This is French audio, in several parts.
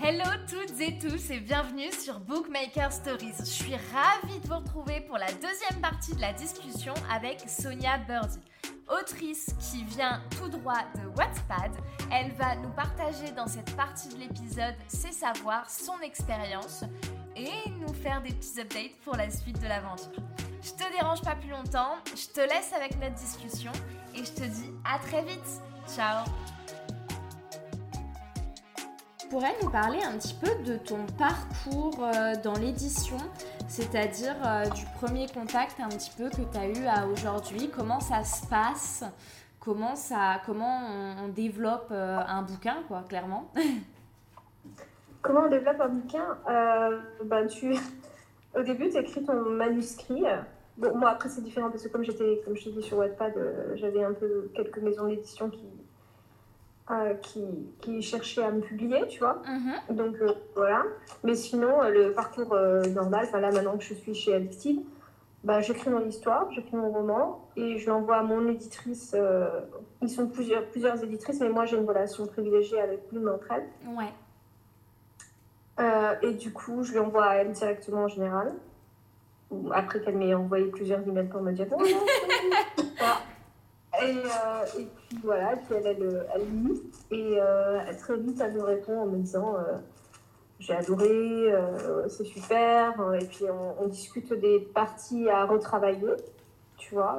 Hello toutes et tous et bienvenue sur Bookmaker Stories. Je suis ravie de vous retrouver pour la deuxième partie de la discussion avec Sonia Birdie, autrice qui vient tout droit de Wattpad. Elle va nous partager dans cette partie de l'épisode ses savoirs, son expérience et nous faire des petits updates pour la suite de l'aventure. Je te dérange pas plus longtemps, je te laisse avec notre discussion et je te dis à très vite. Ciao. Tu pourrais nous parler un petit peu de ton parcours dans l'édition, c'est-à-dire du premier contact un petit peu que tu as eu à aujourd'hui, comment ça se passe, comment on développe un bouquin, quoi, clairement. Comment on développe un bouquin Au début, tu écris ton manuscrit. Bon, moi, après, c'est différent parce que comme je t'ai dit sur Wattpad, j'avais un peu quelques maisons d'édition qui cherchaient à me publier, tu vois. Mm-hmm. Donc, voilà. Mais sinon, le parcours normal, là, maintenant que je suis chez Addictive, j'écris mon histoire, j'écris mon roman et je l'envoie à mon éditrice. Ils sont plusieurs éditrices, mais moi, j'ai une relation privilégiée avec l'une d'entre elles. Ouais. Et du coup, je lui envoie à elle directement en général. Après qu'elle m'ait envoyé plusieurs emails pour me dire « Et puis voilà, et puis elle lit. Et très vite, elle me répond en me disant j'ai adoré, c'est super. Et puis on discute des parties à retravailler, tu vois.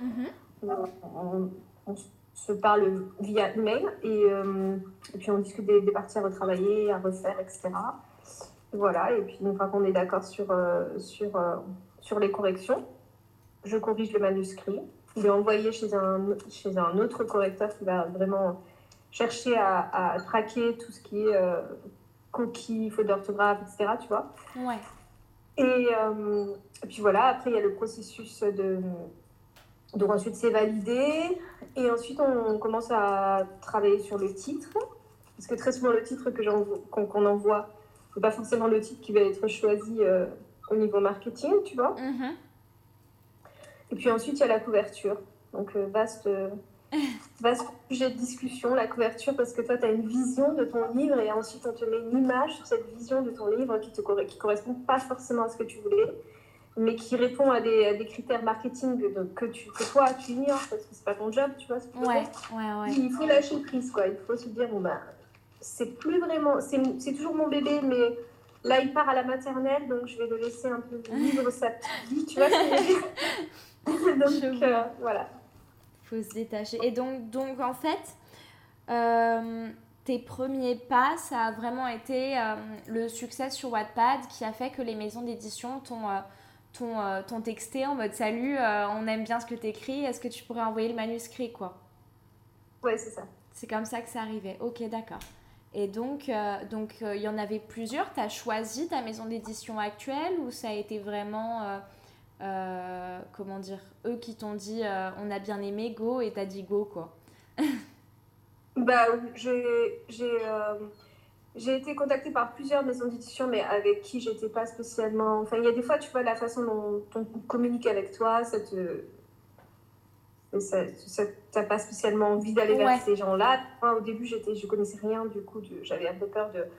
On se parle via email et puis on discute des parties à retravailler, à refaire, etc. Et voilà, et puis une fois qu'on est d'accord sur les corrections, je corrige le manuscrit. Il est envoyé chez un autre correcteur qui va vraiment chercher à traquer tout ce qui est coquilles, fautes d'orthographe, etc. Tu vois. Ouais. Et puis voilà, après il y a le processus donc ensuite c'est validé et ensuite on commence à travailler sur le titre parce que très souvent le titre qu'on envoie, c'est pas forcément le titre qui va être choisi au niveau marketing, tu vois. Mm-hmm. Et puis ensuite, il y a la couverture. Donc, vaste sujet de discussion, la couverture, parce que toi, tu as une vision de ton livre et ensuite, on te met une image sur cette vision de ton livre qui correspond pas forcément à ce que tu voulais, mais qui répond à des critères marketing que toi, tu ignores parce que c'est pas ton job, tu vois ce que je veux dire. Il faut lâcher prise, quoi. Il faut se dire, c'est plus vraiment... C'est toujours mon bébé, mais... Là, il part à la maternelle, donc je vais le laisser un peu vivre sa petite vie, tu vois ce que je veux dire. Donc, voilà. Faut se détacher. Et donc en fait, tes premiers pas, ça a vraiment été le succès sur Wattpad qui a fait que les maisons d'édition t'ont texté en mode « Salut, on aime bien ce que t'écris, est-ce que tu pourrais envoyer le manuscrit, quoi ?» Ouais, c'est ça. C'est comme ça que ça arrivait. Ok, d'accord. Et donc, il y en avait plusieurs. Tu as choisi ta maison d'édition actuelle ou ça a été vraiment, comment dire, eux qui t'ont dit on a bien aimé, go, et t'as dit go, quoi. J'ai été contactée par plusieurs maisons d'édition, mais avec qui j'étais pas spécialement... Enfin, il y a des fois, tu vois, la façon dont on communique avec toi, t'as pas spécialement envie d'aller vers ces gens-là. Moi, au début, je connaissais rien, du coup, j'avais un peu peur de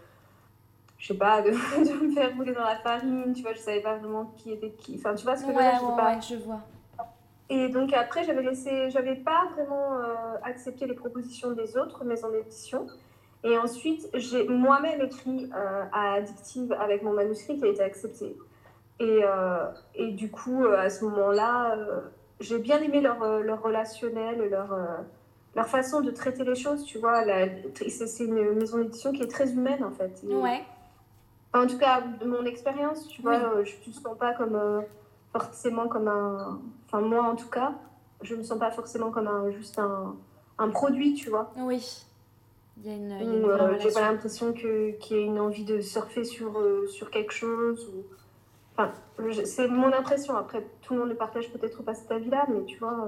me faire rouler dans la farine, tu vois, je savais pas vraiment qui était qui. Enfin, tu vois ce que je vois. Et donc après, j'avais pas vraiment accepté les propositions des autres maisons d'édition. Et ensuite, j'ai moi-même écrit à Addictive avec mon manuscrit qui a été accepté. Et du coup, à ce moment-là, j'ai bien aimé leur relationnel, leur façon de traiter les choses, tu vois. C'est une maison d'édition qui est très humaine, en fait. Ouais. En tout cas, de mon expérience, tu vois, je ne me sens pas forcément comme un... Enfin, moi, en tout cas, je ne me sens pas forcément comme juste un produit, tu vois. Oui. Il y a une vraie relation. J'ai pas l'impression qu'il y ait une envie de surfer sur quelque chose ou... Enfin, c'est mon impression. Après, tout le monde ne partage peut-être pas cet avis-là, mais tu vois...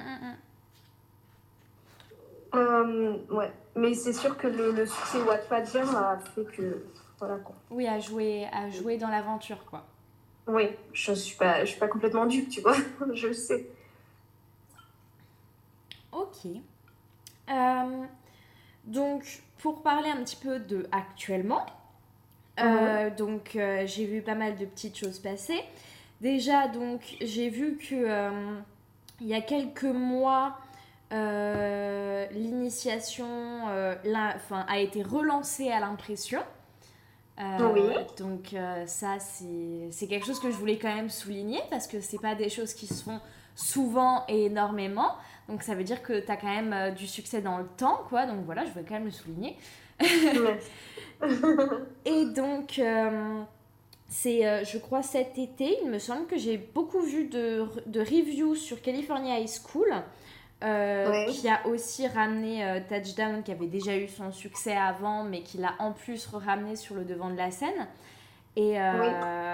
ouais. Mais c'est sûr que le succès Wattpadien a fait que... Voilà, quoi. Oui, à jouer dans l'aventure, quoi. Oui, je suis pas complètement dupe, tu vois. Je le sais. Ok. Donc, pour parler un petit peu de actuellement, Donc j'ai vu pas mal de petites choses passer. Déjà, donc j'ai vu que il y a quelques mois, l'initiation a été relancée à l'impression. Oui. Ça, c'est quelque chose que je voulais quand même souligner parce que c'est pas des choses qui se font souvent et énormément. Donc ça veut dire que tu as quand même du succès dans le temps, quoi. Donc voilà, je voulais quand même le souligner. Merci. Et donc, je crois, cet été, il me semble que j'ai beaucoup vu de reviews sur California High School, Ouais. qui a aussi ramené Touchdown, qui avait déjà eu son succès avant, mais qui l'a en plus ramené sur le devant de la scène. Et, Oui.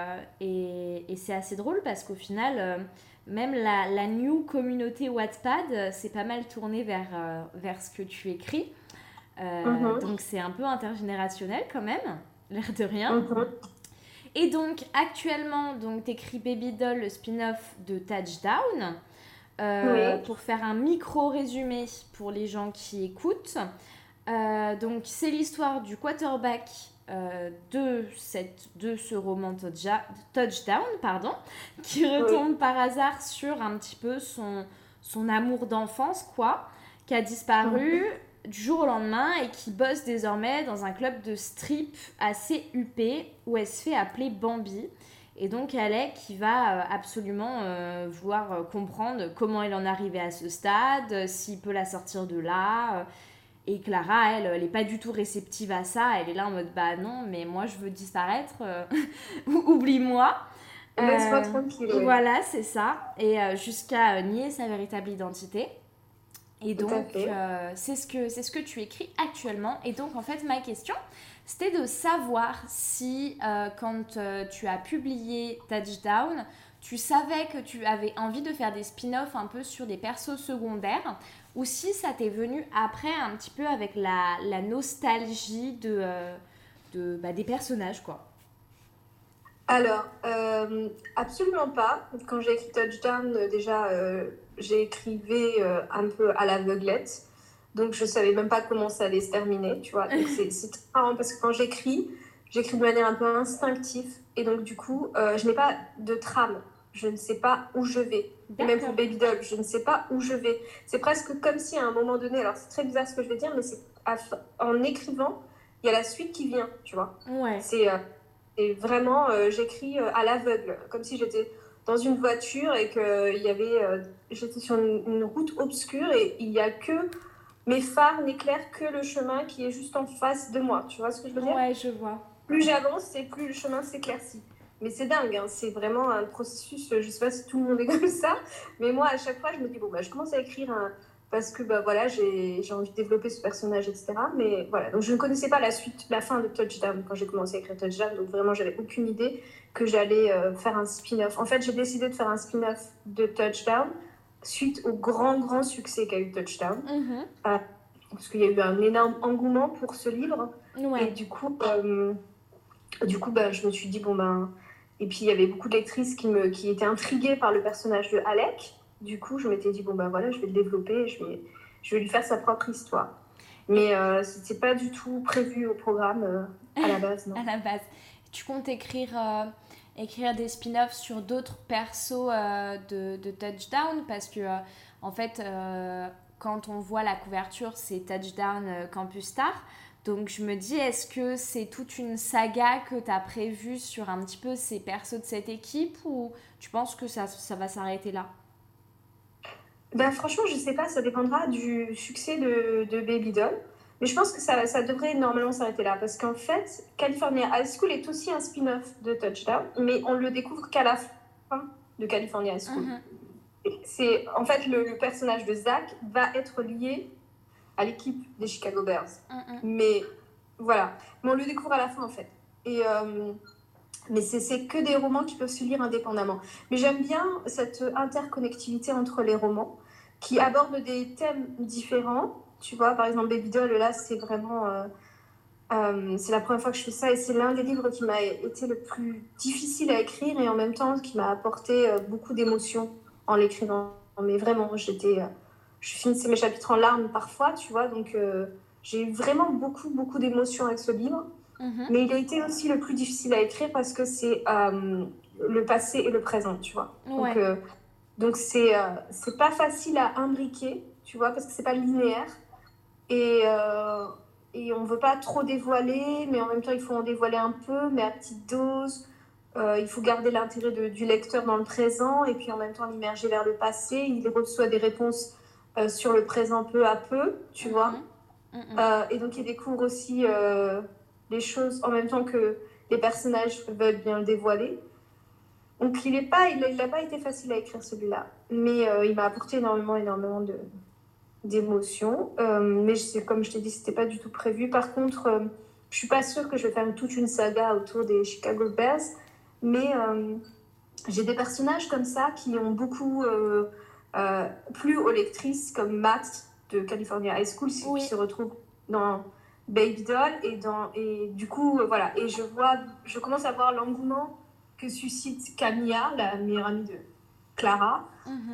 et c'est assez drôle parce qu'au final, même la new communauté Wattpad s'est pas mal tournée vers ce que tu écris. Donc c'est un peu intergénérationnel quand même, l'air de rien. Et donc actuellement, t'écris Baby Doll, le spin-off de Touchdown. Oui. Pour faire un micro résumé pour les gens qui écoutent. Donc c'est l'histoire du quarterback de ce roman Touchdown, qui retombe par hasard sur un petit peu son amour d'enfance, quoi, qui a disparu du jour au lendemain et qui bosse désormais dans un club de strip assez huppé où elle se fait appeler Bambi. Et donc Alec qui va absolument vouloir comprendre comment elle en est arrivée à ce stade, s'il peut la sortir de là. Et Clara, elle n'est pas du tout réceptive à ça. Elle est là en mode bah non, mais moi je veux disparaître, oublie-moi. Laisse-moi tranquille. Oui. Voilà, c'est ça. Et jusqu'à nier sa véritable identité. Et Tout à donc, fait. c'est ce que tu écris actuellement. Et donc, en fait, ma question, c'était de savoir si, quand tu as publié Touchdown, tu savais que tu avais envie de faire des spin-offs un peu sur des persos secondaires, ou si ça t'est venu après un petit peu avec la nostalgie des personnages, quoi. Alors, absolument pas. Quand j'ai écrit Touchdown, déjà, j'écrivais un peu à l'aveuglette. Donc, je savais même pas comment ça allait se terminer, tu vois. Donc, c'est très marrant parce que quand j'écris de manière un peu instinctive. Et donc, du coup, je n'ai pas de trame. Je ne sais pas où je vais. Et même pour Baby Doll, je ne sais pas où je vais. C'est presque comme si à un moment donné, alors c'est très bizarre ce que je vais dire, mais en écrivant, il y a la suite qui vient, tu vois. Ouais. Et vraiment, j'écris à l'aveugle, comme si j'étais dans une voiture et que j'étais sur une route obscure et il n'y a que mes phares n'éclairent que le chemin qui est juste en face de moi. Tu vois ce que je veux dire? Ouais, je vois. Plus j'avance et plus le chemin s'éclaircit. Mais c'est dingue, hein, c'est vraiment un processus, je ne sais pas si tout le monde est comme ça, mais moi à chaque fois je me dis, bon, bah, je commence à écrire parce que bah, voilà, j'ai envie de développer ce personnage, etc. Mais voilà, donc je ne connaissais pas la fin de Touchdown quand j'ai commencé à écrire Touchdown, donc vraiment j'avais aucune idée que j'allais faire un spin-off. En fait, j'ai décidé de faire un spin-off de Touchdown suite au grand succès qu'a eu Touchdown. Parce qu'il y a eu un énorme engouement pour ce livre. Ouais. Et du coup, bah, je me suis dit, bon ben... Et puis, il y avait beaucoup de lectrices qui étaient intriguées par le personnage de Alec. Du coup, je m'étais dit, bon ben voilà, je vais le développer, je vais lui faire sa propre histoire. Mais c'était pas du tout prévu au programme à la base, non. À la base. Tu comptes écrire des spin-offs sur d'autres persos de Touchdown parce que, en fait, quand on voit la couverture, c'est Touchdown Campus Star. Donc je me dis, est-ce que c'est toute une saga que tu as prévue sur un petit peu ces persos de cette équipe ou tu penses que ça va s'arrêter là? Ben, franchement, je sais pas, ça dépendra du succès de Baby Doll. Mais je pense que ça devrait normalement s'arrêter là. Parce qu'en fait, California High School est aussi un spin-off de Touchdown, mais on le découvre qu'à la fin de California High School. En fait, le personnage de Zach va être lié à l'équipe des Chicago Bears. Mais voilà. Mais on le découvre à la fin, en fait. Mais c'est que des romans qui peuvent se lire indépendamment. Mais j'aime bien cette interconnectivité entre les romans qui abordent des thèmes différents. Tu vois, par exemple, Baby Doll, là, c'est vraiment... c'est la première fois que je fais ça et c'est l'un des livres qui m'a été le plus difficile à écrire et en même temps qui m'a apporté beaucoup d'émotions en l'écrivant. Mais vraiment, je finissais mes chapitres en larmes parfois, tu vois, donc j'ai eu vraiment beaucoup d'émotions avec ce livre. Mais il a été aussi le plus difficile à écrire parce que c'est le passé et le présent, tu vois. Ouais. Donc c'est pas facile à imbriquer, tu vois, parce que c'est pas linéaire. Et, on veut pas trop dévoiler, mais en même temps, il faut en dévoiler un peu, mais à petite dose. Il faut garder l'intérêt du lecteur dans le présent et puis en même temps l'immerger vers le passé. Il reçoit des réponses sur le présent peu à peu, tu vois. Et donc il découvre aussi les choses en même temps que les personnages veulent bien le dévoiler. Donc il n'a pas été facile à écrire celui-là, mais il m'a apporté énormément d'émotions. Mais comme je t'ai dit, c'était pas du tout prévu. Par contre, je suis pas sûre que je vais faire toute une saga autour des Chicago Bears, mais j'ai des personnages comme ça qui ont beaucoup plu aux lectrices, comme Matt de California High School, qui se retrouve dans Baby Doll, et du coup, voilà. Et je commence à voir l'engouement que suscite Camilla, la meilleure amie de Clara.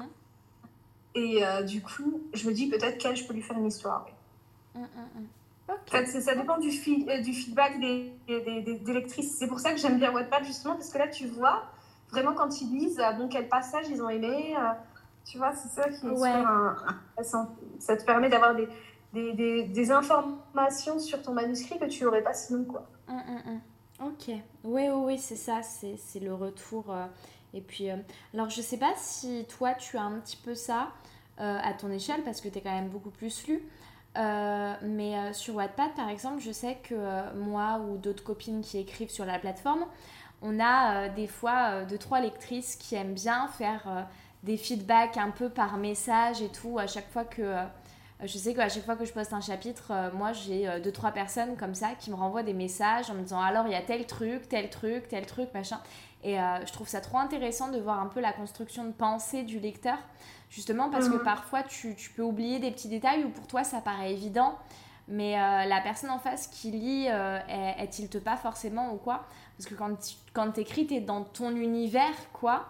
Et du coup, je me dis peut-être qu'elle, je peux lui faire une histoire. Okay. En fait, ça dépend du feedback des lectrices. C'est pour ça que j'aime bien Wattpad, justement, parce que là, tu vois, vraiment, quand ils lisent, quel passage ils ont aimé. Tu vois, c'est ça qui est super intéressant. Ça te permet d'avoir des informations sur ton manuscrit que tu n'aurais pas sinon, quoi. Ok. Oui, c'est ça. C'est le retour. Et puis, alors, je sais pas si toi, tu as un petit peu ça à ton échelle, parce que tu es quand même beaucoup plus lu. Mais sur Wattpad, par exemple, je sais que moi ou d'autres copines qui écrivent sur la plateforme, on a des fois 2-3 lectrices qui aiment bien faire des feedbacks un peu par message et tout. À chaque fois que je sais qu'à chaque fois que je poste un chapitre, moi j'ai 2-3 personnes comme ça qui me renvoient des messages en me disant alors il y a tel truc, machin. Et je trouve ça trop intéressant de voir un peu la construction de pensée du lecteur, justement parce que parfois tu peux oublier des petits détails où pour toi ça paraît évident, mais la personne en face qui lit, elle tilte pas forcément ou quoi. Parce que quand t'écris, t'es dans ton univers, quoi.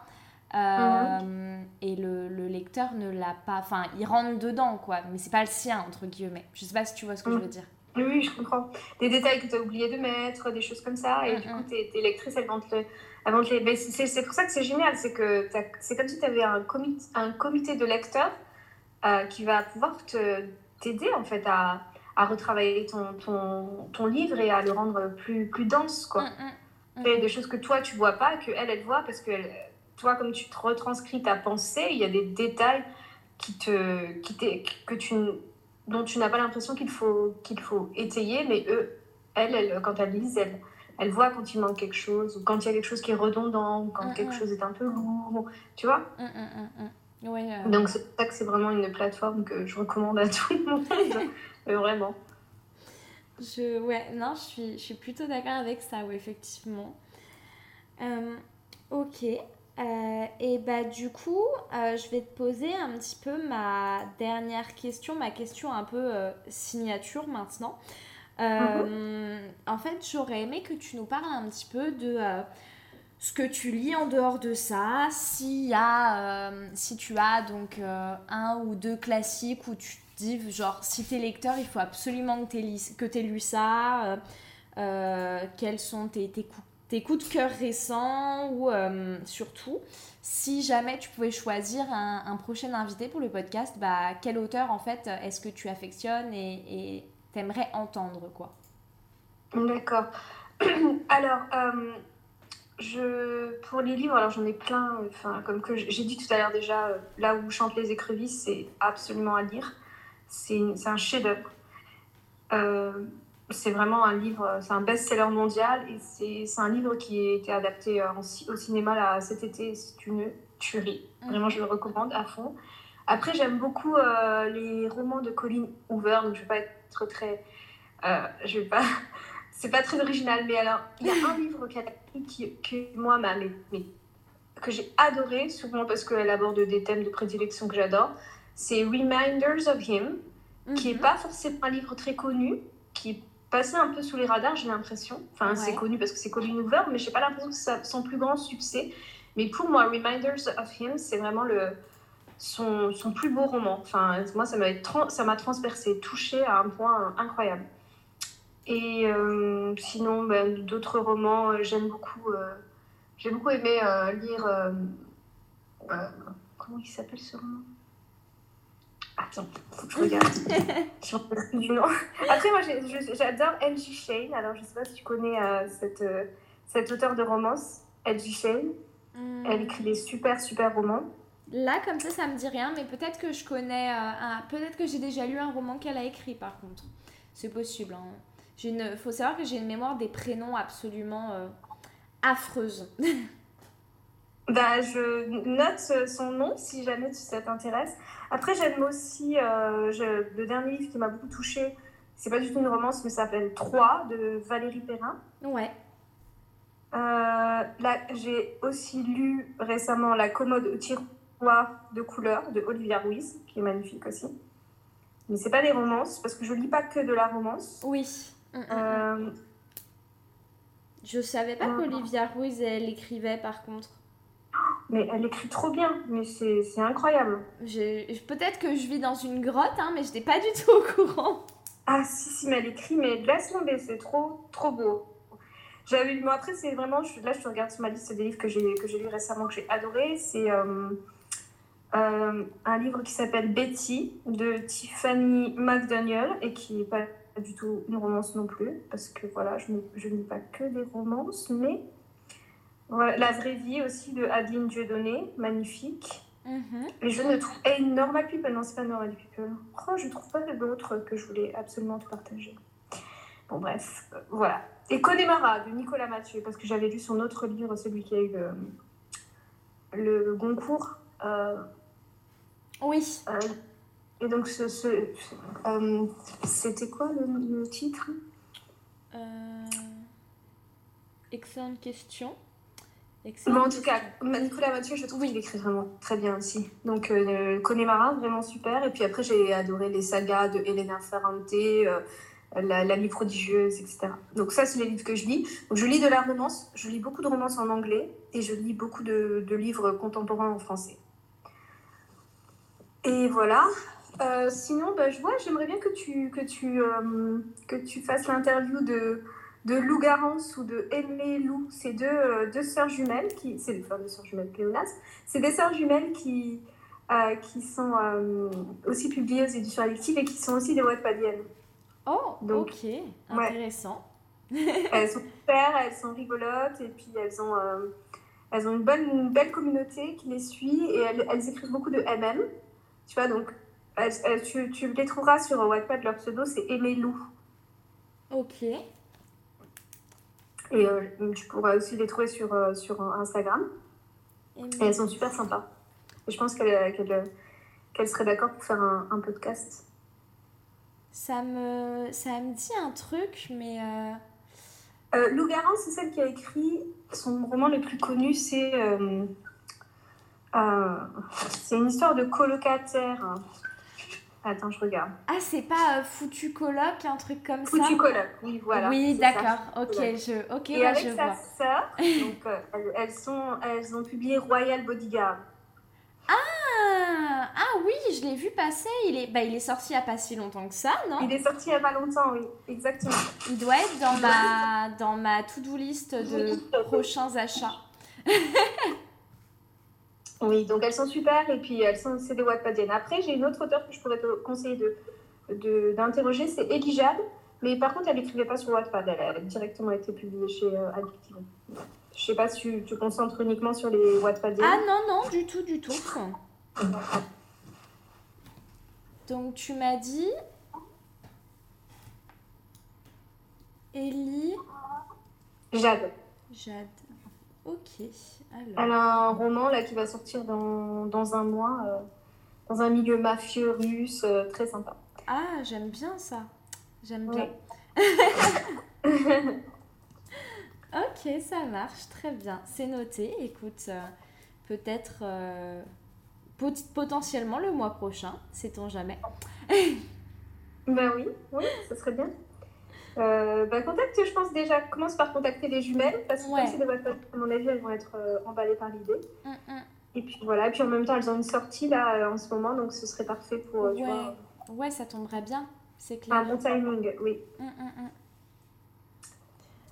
Et le lecteur ne l'a pas... Enfin, il rentre dedans, quoi. Mais c'est pas le sien, entre guillemets. Je sais pas si tu vois ce que je veux dire. Oui, je comprends. Des détails que tu as oublié de mettre, des choses comme ça. Et du coup, tes lectrices, elles vont te les... Mais c'est pour ça que c'est génial. C'est c'est comme si tu avais un comité de lecteurs qui va pouvoir t'aider, en fait, à retravailler ton livre et à le rendre plus dense, quoi. Des choses que toi, tu vois pas, qu'elle voit, parce que toi, comme tu te retranscris ta pensée, il y a des détails dont tu n'as pas l'impression qu'il faut étayer, mais elles, quand elles lisent, elles voient quand il manque quelque chose, ou quand il y a quelque chose qui est redondant, ou quand quelque chose est un peu lourd, tu vois. Donc c'est pour ça que c'est vraiment une plateforme que je recommande à tout le monde, vraiment. Je suis plutôt d'accord avec ça, effectivement. Ok. Et bah du coup, je vais te poser un petit peu ma dernière question, ma question un peu signature maintenant. En fait, j'aurais aimé que tu nous parles un petit peu de ce que tu lis en dehors de ça, si tu as donc un ou deux classiques où tu te dis, genre, si t'es lecteur, il faut absolument que t'aies lu ça, quels sont tes coups de cœur récents, ou surtout, si jamais tu pouvais choisir un prochain invité pour le podcast, bah, quel auteur, en fait, est-ce que tu affectionnes et t'aimerais entendre, quoi. D'accord. Alors, pour les livres, alors j'en ai plein, comme que j'ai dit tout à l'heure déjà, Là où chantent les écrevisses, c'est absolument à lire. C'est un chef-d'œuvre. C'est vraiment un livre, c'est un best-seller mondial, et c'est un livre qui a été adapté au cinéma là, cet été. C'est une tuerie. Vraiment, je le recommande à fond. Après, j'aime beaucoup les romans de Colleen Hoover, donc je vais pas être très... je vais pas... C'est pas très original, mais alors, il y a un livre qu'elle a écrit que moi, que j'ai adoré, souvent parce qu'elle aborde des thèmes de prédilection que j'adore. C'est Reminders of Him, qui n'est pas forcément un livre très connu, qui est passé un peu sous les radars, j'ai l'impression. Enfin, c'est connu parce que c'est Colleen Hoover, mais je n'ai pas l'impression que c'est son plus grand succès. Mais pour moi, Reminders of Him, c'est vraiment son plus beau roman. Enfin, moi, ça m'a transpercé, touché à un point incroyable. Et sinon, d'autres romans, j'ai beaucoup aimé lire. Comment il s'appelle ce roman? Attends, faut que je regarde. Je ne me rappelle plus du nom. Après, moi, j'adore L.J. Shane. Alors, je ne sais pas si tu connais cette auteure de romance, L.J. Shane. Elle écrit des super, super romans. Là, comme ça me dit rien, mais peut-être que je connais peut-être que j'ai déjà lu un roman qu'elle a écrit, par contre. C'est possible. Hein. Faut savoir que j'ai une mémoire des prénoms absolument affreuse. Je note son nom si jamais ça t'intéresse. Après, j'aime aussi le dernier livre qui m'a beaucoup touchée. C'est pas du tout une romance, mais ça s'appelle 3 de Valérie Perrin. Ouais. Là, j'ai aussi lu récemment La commode au tiroir de couleur de Olivia Ruiz, qui est magnifique aussi. Mais c'est pas des romances, parce que je lis pas que de la romance. Oui. Je savais pas qu'Olivia Ruiz, elle écrivait, par contre. Mais elle écrit trop bien, mais c'est incroyable. Peut-être que je vis dans une grotte, hein, mais je n'étais pas du tout au courant. Ah si, mais elle écrit, mais laisse tomber, c'est trop, trop beau. Bon, après, c'est vraiment, là je te regarde sur ma liste des livres que j'ai lu récemment, que j'ai adoré. C'est un livre qui s'appelle Betty de Tiffany McDaniel et qui n'est pas du tout une romance non plus, parce que voilà, je ne lis pas que des romances, mais voilà, La vraie vie aussi de Adeline Dieudonné, magnifique. Et je ne trouve... Normal People, non, c'est pas Normal People. Oh, je ne trouve pas d'autres que je voulais absolument te partager. Bon, bref, voilà. Et Connemara de Nicolas Mathieu, parce que j'avais lu son autre livre, celui qui a eu le Goncourt. Oui. Et donc, c'était quoi le titre? Excellente question. Bon, en tout cas, Nicolas Mathieu, je trouve qu'il écrit vraiment très bien aussi. Donc, Connemara, vraiment super. Et puis après, j'ai adoré les sagas de Elena Ferrante, L'amie prodigieuse, etc. Donc ça, c'est les livres que je lis. Donc, je lis de la romance, je lis beaucoup de romances en anglais et je lis beaucoup de livres contemporains en français. Et voilà. Sinon, j'aimerais bien que tu fasses l'interview de Lou Garance ou de Aimée Lou. C'est deux sœurs jumelles c'est des sœurs jumelles qui sont aussi publiées aux éditions Addictives et qui sont aussi des Wattpadiennes. Oh, donc, ok, intéressant. Ouais. Elles sont super, elles sont rigolotes et puis elles ont une belle communauté qui les suit et elles écrivent beaucoup de MM. Tu vois, donc tu les trouveras sur Wattpad, leur pseudo c'est Aimée Lou. Ok. Et tu pourras aussi les trouver sur Instagram. Et elles sont super sympas. Et je pense qu'elles seraient d'accord pour faire un podcast. Ça me dit un truc, mais... Lou Garance, c'est celle qui a écrit son roman le plus connu, c'est une histoire de colocataire. Attends, je regarde. Ah, c'est pas Foutu coloc, un truc comme ça? Foutu coloc, oui, voilà. Oui, d'accord. Ok, et avec sa sœur, donc elles ont publié Royal Bodyguard. Ah oui, je l'ai vu passer. Il est sorti il n'y a pas si longtemps que ça, non? Il est sorti il n'y a pas longtemps, oui, exactement. Il doit être dans ma to-do list de prochains achats. Oui, donc elles sont super et puis c'est des Wattpadiennes. Après, j'ai une autre auteure que je pourrais te conseiller d'interroger, c'est Elie Jade. Mais par contre, elle n'écrivait pas sur Wattpad, elle a directement été publiée chez Addictive. Je sais pas si tu te concentres uniquement sur les Wattpadiennes. Ah non, du tout. Donc tu m'as dit Elie Jade. Ok. Alors. Elle a un roman là qui va sortir dans un mois, dans un milieu mafieux russe, très sympa. Ah, j'aime bien ça. J'aime bien. Ok, ça marche, très bien. C'est noté. Écoute, peut-être potentiellement le mois prochain, sait-on jamais. Ben oui, ça serait bien. Contacte, je pense déjà, commence par contacter les jumelles, parce que comme c'est des Wattpad, à mon avis, elles vont être emballées par l'idée. Et puis voilà, et puis en même temps, elles ont une sortie là en ce moment, donc ce serait parfait pour... Ouais, ça tomberait bien, c'est clair. Un bon timing, oui.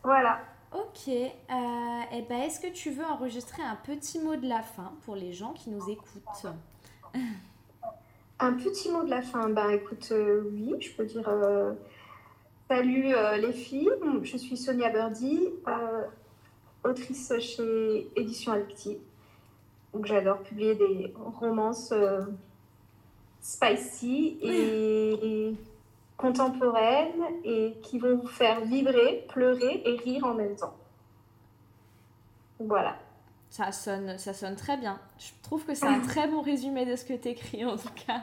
Voilà. Ok, et ben, est-ce que tu veux enregistrer un petit mot de la fin pour les gens qui nous écoutent? Un petit mot de la fin. Ben écoute, oui, je peux dire salut les filles, je suis Sonia Birdie, autrice chez Éditions Alpti. Donc j'adore publier des romances spicy et contemporaines et qui vont vous faire vibrer, pleurer et rire en même temps. Voilà. Ça sonne très bien. Je trouve que c'est un très bon résumé de ce que tu écris en tout cas.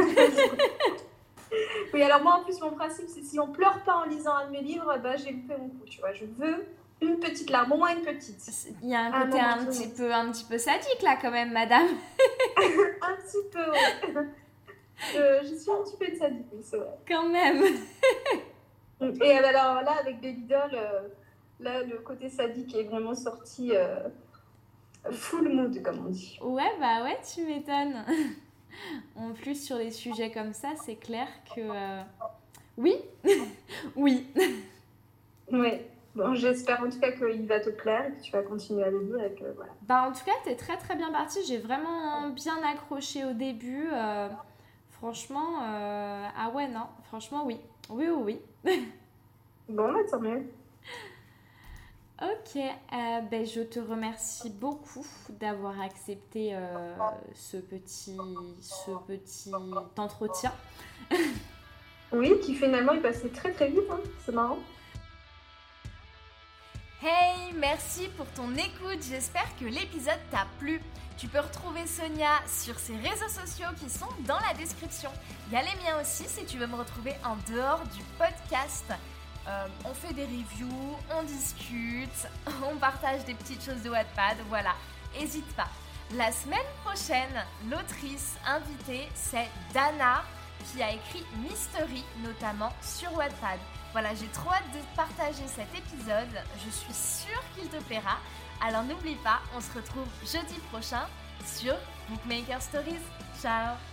Oui, alors moi en plus mon principe c'est si on pleure pas en lisant un de mes livres, ben, j'ai loupé mon coup, tu vois. Je veux une petite larme, au moins une petite. Il y a un côté un petit peu sadique là quand même, madame. Un petit peu, ouais. Je suis un petit peu de sadique, c'est vrai. Quand même. Et alors là, avec Baby Doll, là, le côté sadique est vraiment sorti full mood, comme on dit. Ouais, bah ouais, tu m'étonnes. En plus, sur les sujets comme ça, c'est clair que... Oui. Oui. Oui. Bon, j'espère en tout cas qu'il va te plaire et que tu vas continuer à le lire et que voilà. Bah, en tout cas, t'es très très bien partie. J'ai vraiment bien accroché au début. Franchement, ah ouais, non. Franchement, oui. Oui. Bon, bah, tant mieux. Ok, ben, je te remercie beaucoup d'avoir accepté ce petit entretien. Oui, qui finalement est passé très très vite, hein. C'est marrant. Hey, merci pour ton écoute, j'espère que l'épisode t'a plu. Tu peux retrouver Sonia sur ses réseaux sociaux qui sont dans la description. Il y a les miens aussi si tu veux me retrouver en dehors du podcast. On fait des reviews, on discute, on partage des petites choses de Wattpad, voilà, n'hésite pas. La semaine prochaine, l'autrice invitée, c'est Dana, qui a écrit Mystery, notamment sur Wattpad. Voilà, j'ai trop hâte de partager cet épisode, je suis sûre qu'il te plaira. Alors n'oublie pas, on se retrouve jeudi prochain sur Bookmaker Stories. Ciao!